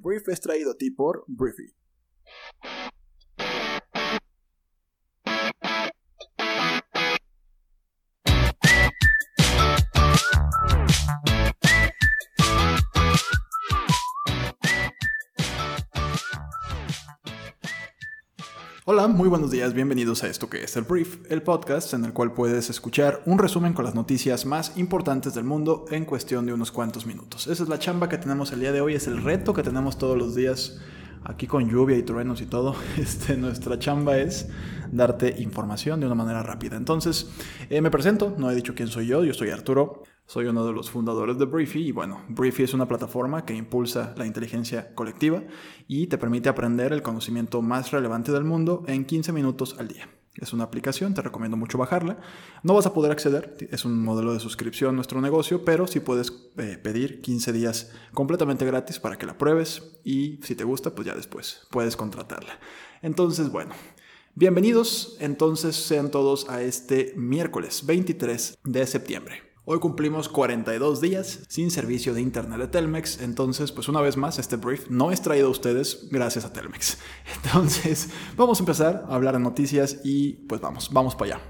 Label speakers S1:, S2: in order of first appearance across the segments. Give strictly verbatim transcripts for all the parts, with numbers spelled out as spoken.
S1: Brief es traído a ti por Briefy. Hola, muy buenos días, bienvenidos a esto que es el Brief, el podcast en el cual puedes escuchar un resumen con las noticias más importantes del mundo en cuestión de unos cuantos minutos. Esa es la chamba que tenemos el día de hoy, es el reto que tenemos todos los días, aquí con lluvia y truenos y todo. Este, nuestra chamba es darte información de una manera rápida. Entonces, eh, me presento, no he dicho quién soy yo, yo soy Arturo. Soy uno de los fundadores de Briefy y bueno, Briefy es una plataforma que impulsa la inteligencia colectiva y te permite aprender el conocimiento más relevante del mundo en quince minutos al día. Es una aplicación, te recomiendo mucho bajarla. No vas a poder acceder, es un modelo de suscripción nuestro negocio, pero sí puedes eh, pedir quince días completamente gratis para que la pruebes y si te gusta, pues ya después puedes contratarla. Entonces, bueno, bienvenidos entonces sean todos a este miércoles veintitrés de septiembre. Hoy cumplimos cuarenta y dos días sin servicio de internet de Telmex, entonces pues una vez más este brief no es traído a ustedes gracias a Telmex. Entonces vamos a empezar a hablar de noticias y pues vamos, vamos para allá.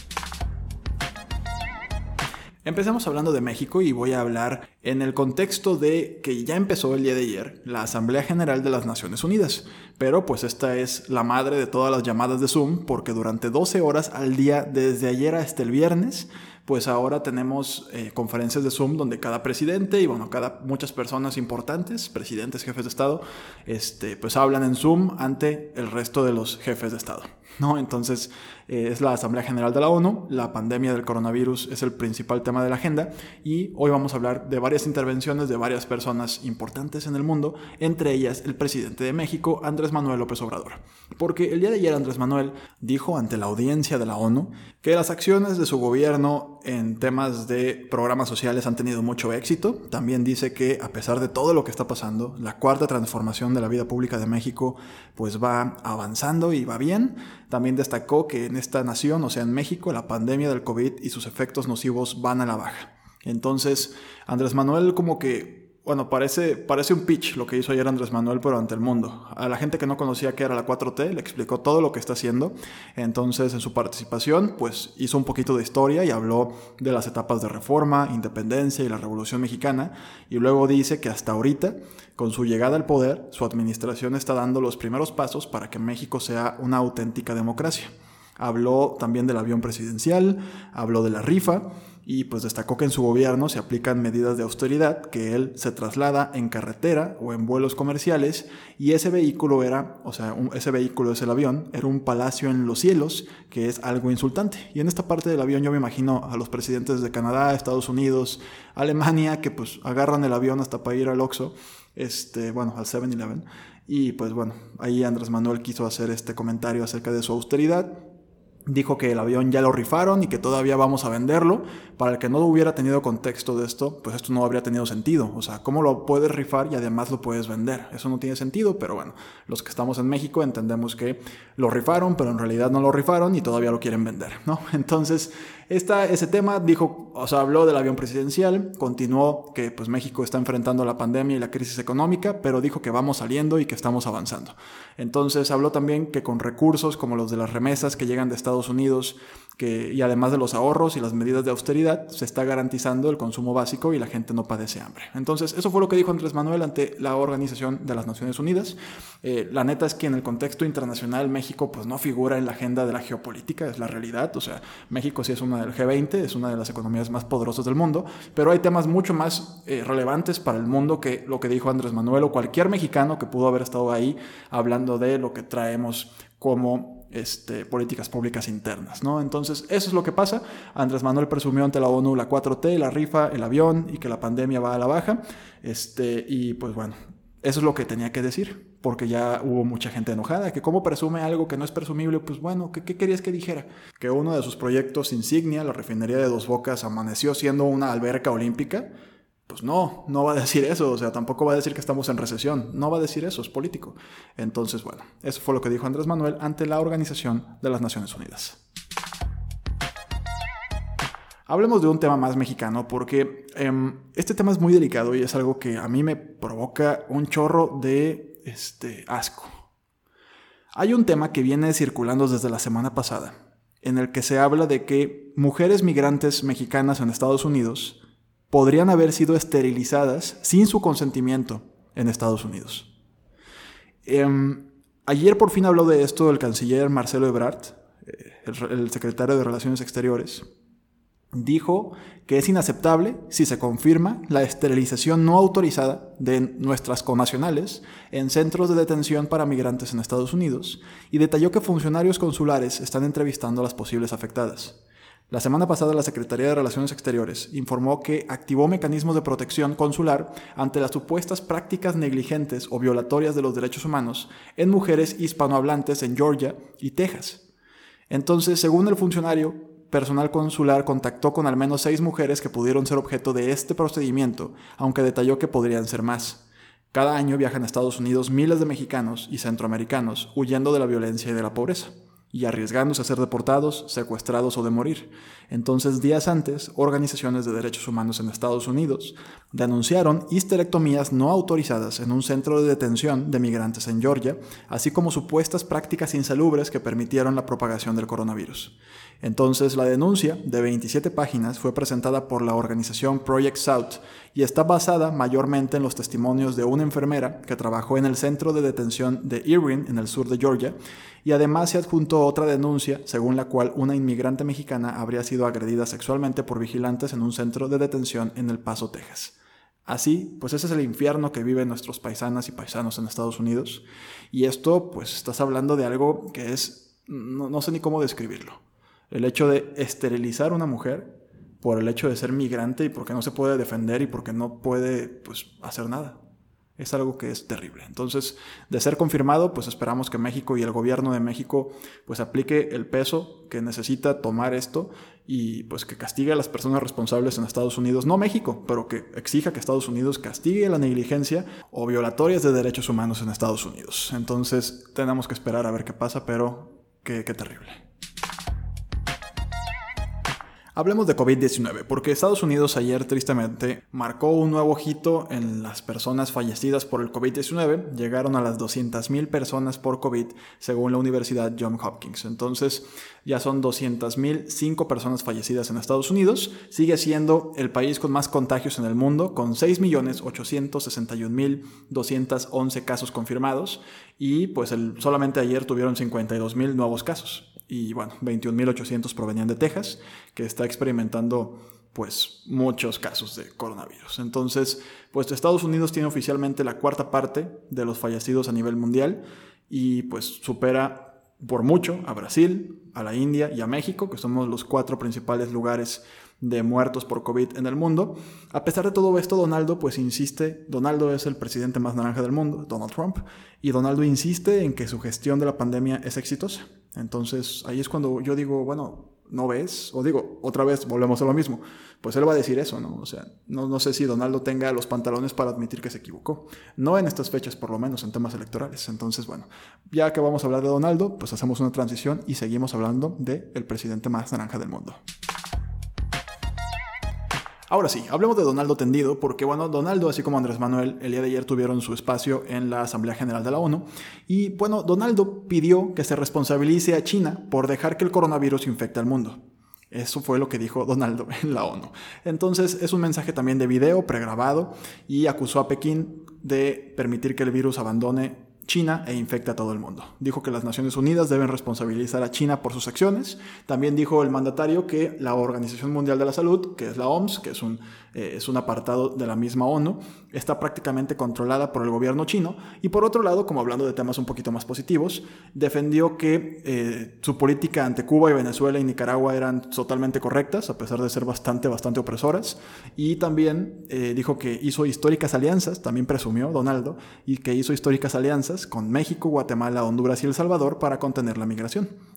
S1: Empecemos hablando de México y voy a hablar en el contexto de que ya empezó el día de ayer la Asamblea General de las Naciones Unidas, pero pues esta es la madre de todas las llamadas de Zoom porque durante doce horas al día desde ayer hasta el viernes pues ahora tenemos eh, conferencias de Zoom donde cada presidente y bueno, cada muchas personas importantes, presidentes, jefes de Estado, este, pues hablan en Zoom ante el resto de los jefes de Estado, ¿no? Entonces eh, es la Asamblea General de la ONU, la pandemia del coronavirus es el principal tema de la agenda y hoy vamos a hablar de varias intervenciones de varias personas importantes en el mundo, entre ellas el presidente de México, Andrés Manuel López Obrador. Porque el día de ayer Andrés Manuel dijo ante la audiencia de la ONU que las acciones de su gobierno en temas de programas sociales han tenido mucho éxito. También dice que a pesar de todo lo que está pasando, la cuarta transformación de la vida pública de México pues va avanzando y va bien. También destacó que en esta nación, o sea en México, la pandemia del COVID y sus efectos nocivos van a la baja. Entonces Andrés Manuel como que Bueno, parece, parece un pitch lo que hizo ayer Andrés Manuel, pero ante el mundo. A la gente que no conocía qué era la cuatro T, le explicó todo lo que está haciendo. Entonces, en su participación, pues hizo un poquito de historia y habló de las etapas de reforma, independencia y la Revolución Mexicana. Y luego dice que hasta ahorita, con su llegada al poder, su administración está dando los primeros pasos para que México sea una auténtica democracia. Habló también del avión presidencial, habló de la rifa y pues destacó que en su gobierno se aplican medidas de austeridad, que él se traslada en carretera o en vuelos comerciales y ese vehículo era, o sea, un, ese vehículo es el avión, era un palacio en los cielos, que es algo insultante. Y en esta parte del avión yo me imagino a los presidentes de Canadá, Estados Unidos, Alemania, que pues agarran el avión hasta para ir al Oxxo, este, bueno, al seven eleven. Y pues bueno, ahí Andrés Manuel quiso hacer este comentario acerca de su austeridad. Dijo que el avión ya lo rifaron y que todavía vamos a venderlo. Para el que no hubiera tenido contexto de esto, pues esto no habría tenido sentido. O sea, ¿cómo lo puedes rifar y además lo puedes vender? Eso no tiene sentido, pero bueno, los que estamos en México entendemos que lo rifaron, pero en realidad no lo rifaron y todavía lo quieren vender, ¿no? Entonces, esta, ese tema dijo, o sea, habló del avión presidencial, continuó que pues México está enfrentando la pandemia y la crisis económica, pero dijo que vamos saliendo y que estamos avanzando. Entonces, habló también que con recursos como los de las remesas que llegan de Estados Unidos, que, y además de los ahorros y las medidas de austeridad, se está garantizando el consumo básico y la gente no padece hambre. Entonces, eso fue lo que dijo Andrés Manuel ante la Organización de las Naciones Unidas. Eh, la neta es que en el contexto internacional México pues no figura en la agenda de la geopolítica, es la realidad. O sea, México sí es una del G veinte, es una de las economías más poderosas del mundo, pero hay temas mucho más eh, relevantes para el mundo que lo que dijo Andrés Manuel o cualquier mexicano que pudo haber estado ahí hablando de lo que traemos como Este, políticas públicas internas, ¿no? Entonces, eso es lo que pasa. Andrés Manuel presumió ante la ONU la cuatro T, la rifa, el avión y que la pandemia va a la baja. Este, y pues bueno, eso es lo que tenía que decir, porque ya hubo mucha gente enojada, que cómo presume algo que no es presumible. Pues bueno, ¿qué, qué querías que dijera? Que uno de sus proyectos insignia, la refinería de Dos Bocas, amaneció siendo una alberca olímpica. Pues no, no va a decir eso, o sea, tampoco va a decir que estamos en recesión, no va a decir eso, es político. Entonces, bueno, eso fue lo que dijo Andrés Manuel ante la Organización de las Naciones Unidas. Hablemos de un tema más mexicano porque eh, este tema es muy delicado y es algo que a mí me provoca un chorro de este, asco. Hay un tema que viene circulando desde la semana pasada en el que se habla de que mujeres migrantes mexicanas en Estados Unidos podrían haber sido esterilizadas sin su consentimiento en Estados Unidos. Eh, ayer por fin habló de esto el canciller Marcelo Ebrard, eh, el, el secretario de Relaciones Exteriores. Dijo que es inaceptable si se confirma la esterilización no autorizada de nuestras connacionales en centros de detención para migrantes en Estados Unidos y detalló que funcionarios consulares están entrevistando a las posibles afectadas. La semana pasada la Secretaría de Relaciones Exteriores informó que activó mecanismos de protección consular ante las supuestas prácticas negligentes o violatorias de los derechos humanos en mujeres hispanohablantes en Georgia y Texas. Entonces, según el funcionario, personal consular contactó con al menos seis mujeres que pudieron ser objeto de este procedimiento, aunque detalló que podrían ser más. Cada año viajan a Estados Unidos miles de mexicanos y centroamericanos huyendo de la violencia y de la pobreza, y arriesgándose a ser deportados, secuestrados o de morir. Entonces, días antes, organizaciones de derechos humanos en Estados Unidos denunciaron histerectomías no autorizadas en un centro de detención de migrantes en Georgia, así como supuestas prácticas insalubres que permitieron la propagación del coronavirus. Entonces, la denuncia, de veintisiete páginas, fue presentada por la organización Project South y está basada mayormente en los testimonios de una enfermera que trabajó en el centro de detención de Irving, en el sur de Georgia, y además se adjuntó otra denuncia según la cual una inmigrante mexicana habría sido agredida sexualmente por vigilantes en un centro de detención en El Paso, Texas. Así, pues ese es el infierno que viven nuestros paisanas y paisanos en Estados Unidos. Y esto, pues estás hablando de algo que es, no, no sé ni cómo describirlo. El hecho de esterilizar a una mujer por el hecho de ser migrante y porque no se puede defender y porque no puede, pues, hacer nada. Es algo que es terrible. Entonces, de ser confirmado, pues esperamos que México y el gobierno de México pues aplique el peso que necesita tomar esto y pues que castigue a las personas responsables en Estados Unidos, no México, pero que exija que Estados Unidos castigue la negligencia o violatorias de derechos humanos en Estados Unidos. Entonces, tenemos que esperar a ver qué pasa, pero qué, qué terrible. Hablemos de covid diecinueve, porque Estados Unidos ayer tristemente marcó un nuevo hito en las personas fallecidas por el covid diecinueve. Llegaron a las doscientas mil personas por COVID, según la Universidad Johns Hopkins. Entonces, ya son doscientas mil cinco personas fallecidas en Estados Unidos. Sigue siendo el país con más contagios en el mundo, con seis millones ochocientos sesenta y un mil doscientos once casos confirmados. Y pues el, solamente ayer tuvieron cincuenta y dos mil nuevos casos. Y bueno, veintiún mil ochocientos provenían de Texas, que está experimentando pues muchos casos de coronavirus. Entonces, pues Estados Unidos tiene oficialmente la cuarta parte de los fallecidos a nivel mundial y pues supera por mucho a Brasil, a la India y a México, que somos los cuatro principales lugares de muertos por COVID en el mundo. A pesar de todo esto, Donaldo pues insiste, Donaldo es el presidente más naranja del mundo, Donald Trump, y Donaldo insiste en que su gestión de la pandemia es exitosa. Entonces ahí es cuando yo digo, bueno, ¿no ves? O digo, otra vez volvemos a lo mismo. Pues él va a decir eso, ¿no? O sea, no, no sé si Donaldo tenga los pantalones para admitir que se equivocó. No en estas fechas, por lo menos, en temas electorales. Entonces, bueno, ya que vamos a hablar de Donaldo, pues hacemos una transición y seguimos hablando del presidente más naranja del mundo. Ahora sí, hablemos de Donaldo tendido, porque bueno, Donaldo, así como Andrés Manuel, el día de ayer tuvieron su espacio en la Asamblea General de la ONU, y bueno, Donaldo pidió que se responsabilice a China por dejar que el coronavirus infecte al mundo. Eso fue lo que dijo Donaldo en la ONU. Entonces, es un mensaje también de video pregrabado y acusó a Pekín de permitir que el virus abandone China e infecta a todo el mundo. Dijo que las Naciones Unidas deben responsabilizar a China por sus acciones. También dijo el mandatario que la Organización Mundial de la Salud, que es la O M S, que es un, eh, es un apartado de la misma ONU, está prácticamente controlada por el gobierno chino. Y por otro lado, como hablando de temas un poquito más positivos, defendió que eh, su política ante Cuba y Venezuela y Nicaragua eran totalmente correctas, a pesar de ser bastante, bastante opresoras. Y también eh, dijo que hizo históricas alianzas, también presumió Donaldo, y que hizo históricas alianzas con México, Guatemala, Honduras y El Salvador para contener la migración.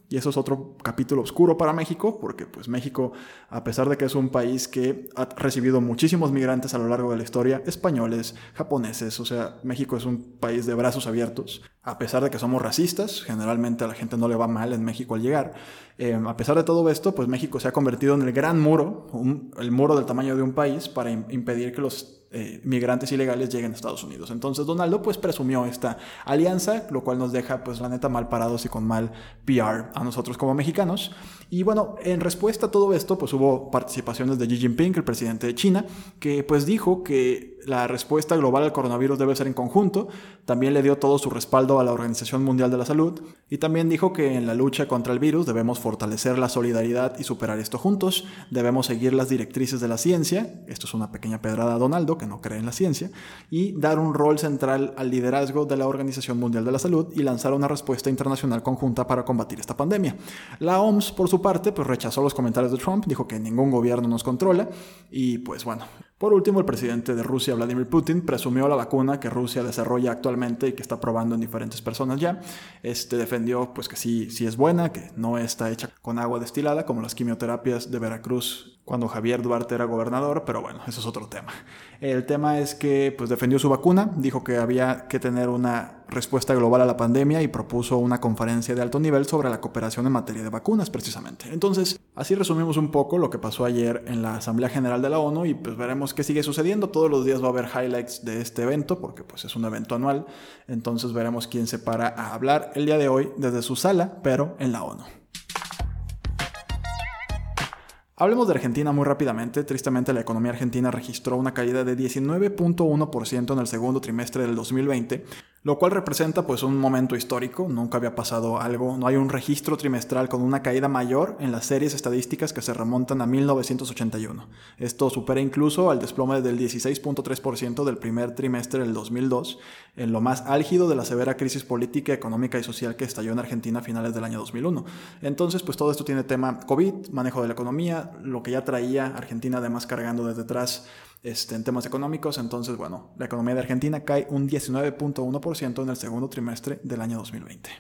S1: Y eso es otro capítulo oscuro para México, porque pues México, a pesar de que es un país que ha recibido muchísimos migrantes a lo largo de la historia, españoles, japoneses, o sea, México es un país de brazos abiertos. A pesar de que somos racistas, generalmente a la gente no le va mal en México al llegar, eh, a pesar de todo esto, pues México se ha convertido en el gran muro, un, el muro del tamaño de un país, para im- impedir que los Eh, migrantes ilegales lleguen a Estados Unidos. Entonces Donaldo pues presumió esta alianza, lo cual nos deja pues la neta mal parados y con mal P R a nosotros como mexicanos. Y bueno, en respuesta a todo esto pues hubo participaciones de Xi Jinping, el presidente de China, que pues dijo que la respuesta global al coronavirus debe ser en conjunto. También le dio todo su respaldo a la Organización Mundial de la Salud y también dijo que en la lucha contra el virus debemos fortalecer la solidaridad y superar esto juntos. Debemos seguir las directrices de la ciencia, esto es una pequeña pedrada a Donaldo, que no cree en la ciencia, y dar un rol central al liderazgo de la Organización Mundial de la Salud y lanzar una respuesta internacional conjunta para combatir esta pandemia. La O M S, por su parte, pues rechazó los comentarios de Trump, dijo que ningún gobierno nos controla y pues bueno. Por último, el presidente de Rusia, Vladimir Putin, presumió la vacuna que Rusia desarrolla actualmente y que está probando en diferentes personas ya. Este defendió pues que sí, sí es buena, que no está hecha con agua destilada como las quimioterapias de Veracruz cuando Javier Duarte era gobernador, pero bueno, eso es otro tema. El tema es que pues defendió su vacuna, dijo que había que tener una respuesta global a la pandemia y propuso una conferencia de alto nivel sobre la cooperación en materia de vacunas precisamente. Entonces, así resumimos un poco lo que pasó ayer en la Asamblea General de la ONU y pues veremos qué sigue sucediendo. Todos los días va a haber highlights de este evento porque pues es un evento anual, entonces veremos quién se para a hablar el día de hoy desde su sala, pero en la ONU. Hablemos de Argentina muy rápidamente. Tristemente, la economía argentina registró una caída de diecinueve punto uno por ciento en el segundo trimestre del dos mil veinte, lo cual representa pues un momento histórico. Nunca había pasado algo, no hay un registro trimestral con una caída mayor en las series estadísticas que se remontan a mil novecientos ochenta y uno. Esto supera incluso al desplome del dieciséis punto tres por ciento del primer trimestre del dos mil dos, en lo más álgido de la severa crisis política, económica y social que estalló en Argentina a finales del año dos mil uno. Entonces, pues todo esto tiene tema COVID, manejo de la economía, lo que ya traía Argentina además cargando desde atrás este, en temas económicos. Entonces, bueno, la economía de Argentina cae un diecinueve punto uno por ciento en el segundo trimestre del año dos mil veinte.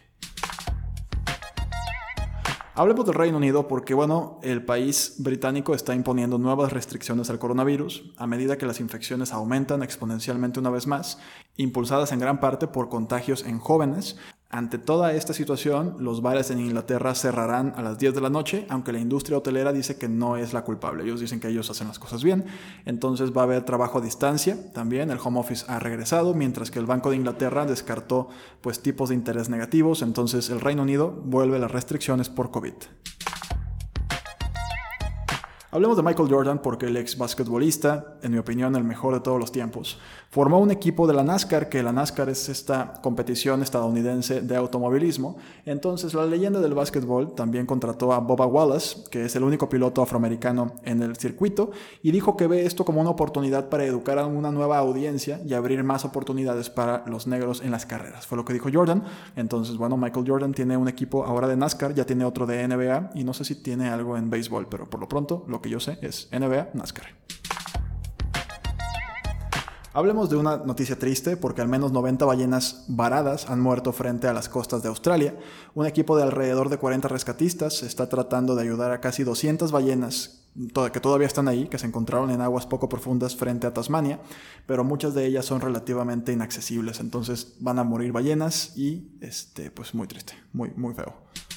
S1: Hablemos del Reino Unido porque, bueno, el país británico está imponiendo nuevas restricciones al coronavirus a medida que las infecciones aumentan exponencialmente una vez más, impulsadas en gran parte por contagios en jóvenes. Ante toda esta situación, los bares en Inglaterra cerrarán a las diez de la noche, aunque la industria hotelera dice que no es la culpable. Ellos dicen que ellos hacen las cosas bien. Entonces va a haber trabajo a distancia también. El home office ha regresado, mientras que el Banco de Inglaterra descartó pues, tipos de interés negativos. Entonces el Reino Unido vuelve las restricciones por COVID. Hablemos de Michael Jordan porque el ex basquetbolista, en mi opinión el mejor de todos los tiempos, formó un equipo de la NASCAR, que la NASCAR es esta competición estadounidense de automovilismo. Entonces la leyenda del básquetbol también contrató a Bubba Wallace, que es el único piloto afroamericano en el circuito, y dijo que ve esto como una oportunidad para educar a una nueva audiencia y abrir más oportunidades para los negros en las carreras. Fue lo que dijo Jordan. Entonces, bueno, Michael Jordan tiene un equipo ahora de NASCAR, ya tiene otro de N B A y no sé si tiene algo en béisbol, pero por lo pronto lo que yo sé es N B A, NASCAR. Hablemos de una noticia triste porque al menos noventa ballenas varadas han muerto frente a las costas de Australia. Un equipo de alrededor de cuarenta rescatistas está tratando de ayudar a casi doscientas ballenas que todavía están ahí, que se encontraron en aguas poco profundas frente a Tasmania, pero muchas de ellas son relativamente inaccesibles, entonces van a morir ballenas y este, pues muy triste, muy, muy feo.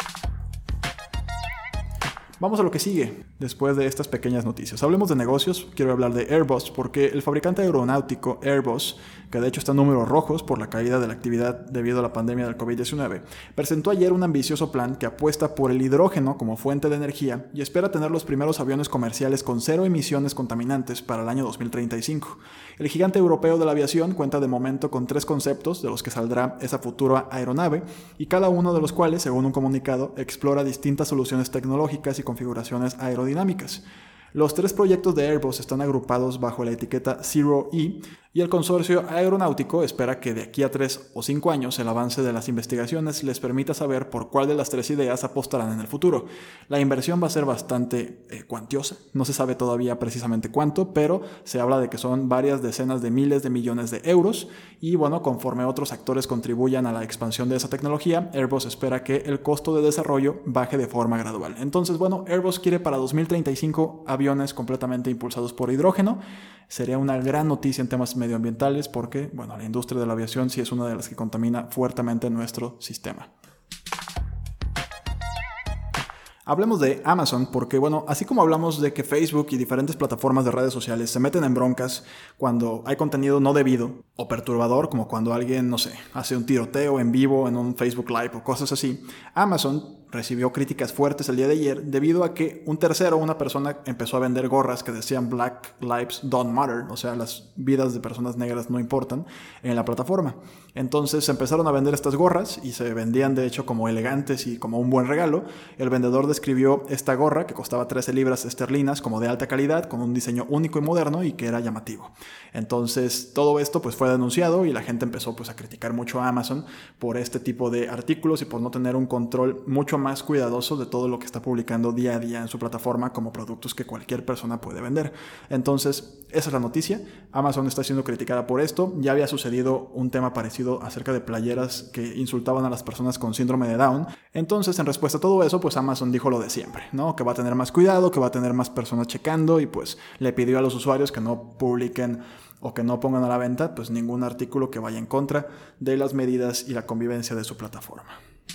S1: Vamos a lo que sigue después de estas pequeñas noticias. Hablemos de negocios. Quiero hablar de Airbus porque el fabricante aeronáutico Airbus, que de hecho está en números rojos por la caída de la actividad debido a la pandemia del COVID diecinueve, presentó ayer un ambicioso plan que apuesta por el hidrógeno como fuente de energía y espera tener los primeros aviones comerciales con cero emisiones contaminantes para el año dos mil treinta y cinco. El gigante europeo de la aviación cuenta de momento con tres conceptos de los que saldrá esa futura aeronave y cada uno de los cuales, según un comunicado, explora distintas soluciones tecnológicas y configuraciones aerodinámicas. Los tres proyectos de Airbus están agrupados bajo la etiqueta Zero E. Y el consorcio aeronáutico espera que de aquí a tres o cinco años el avance de las investigaciones les permita saber por cuál de las tres ideas apostarán en el futuro. La inversión va a ser bastante eh, cuantiosa, no se sabe todavía precisamente cuánto, pero se habla de que son varias decenas de miles de millones de euros y bueno, conforme otros actores contribuyan a la expansión de esa tecnología, Airbus espera que el costo de desarrollo baje de forma gradual. Entonces, bueno, Airbus quiere para dos mil treinta y cinco aviones completamente impulsados por hidrógeno. Sería una gran noticia en temas medioambientales porque, bueno, la industria de la aviación sí es una de las que contamina fuertemente nuestro sistema. Hablemos de Amazon porque, bueno, así como hablamos de que Facebook y diferentes plataformas de redes sociales se meten en broncas cuando hay contenido no debido o perturbador, como cuando alguien, no sé, hace un tiroteo en vivo en un Facebook Live o cosas así, Amazon recibió críticas fuertes el día de ayer debido a que un tercero, una persona, empezó a vender gorras que decían Black Lives Don't Matter, o sea, las vidas de personas negras no importan, en la plataforma. Entonces se empezaron a vender estas gorras y se vendían de hecho como elegantes y como un buen regalo. El vendedor describió esta gorra que costaba trece libras esterlinas como de alta calidad, con un diseño único y moderno y que era llamativo. Entonces todo esto pues fue denunciado y la gente empezó pues a criticar mucho a Amazon por este tipo de artículos y por no tener un control mucho más cuidadoso de todo lo que está publicando día a día en su plataforma como productos que cualquier persona puede vender. Entonces esa es la noticia. Amazon está siendo criticada por esto. Ya había sucedido un tema parecido acerca de playeras que insultaban a las personas con síndrome de Down. Entonces, en respuesta a todo eso, pues Amazon dijo lo de siempre, ¿no? Que va a tener más cuidado, que va a tener más personas checando y pues le pidió a los usuarios que no publiquen o que no pongan a la venta pues ningún artículo que vaya en contra de las medidas y la convivencia de su plataforma.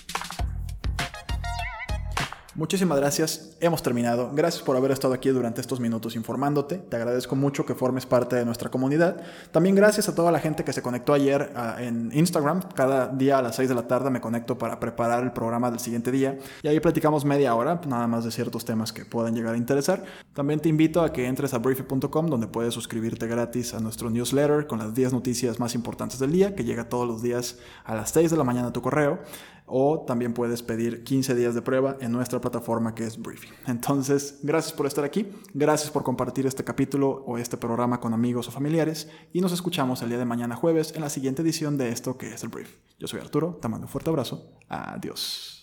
S1: Muchísimas gracias, hemos terminado. Gracias por haber estado aquí durante estos minutos informándote. Te agradezco mucho que formes parte de nuestra comunidad. También gracias a toda la gente que se conectó ayer uh, en Instagram. Cada día a las seis de la tarde me conecto para preparar el programa del siguiente día. Y ahí platicamos media hora, nada más de ciertos temas que puedan llegar a interesar. También te invito a que entres a briefy punto com, donde puedes suscribirte gratis a nuestro newsletter con las diez noticias más importantes del día, que llega todos los días a las seis de la mañana a tu correo. O también puedes pedir quince días de prueba en nuestra plataforma que es Briefy. Entonces, gracias por estar aquí, gracias por compartir este capítulo o este programa con amigos o familiares y nos escuchamos el día de mañana jueves en la siguiente edición de esto que es el Brief. Yo soy Arturo, te mando un fuerte abrazo, adiós.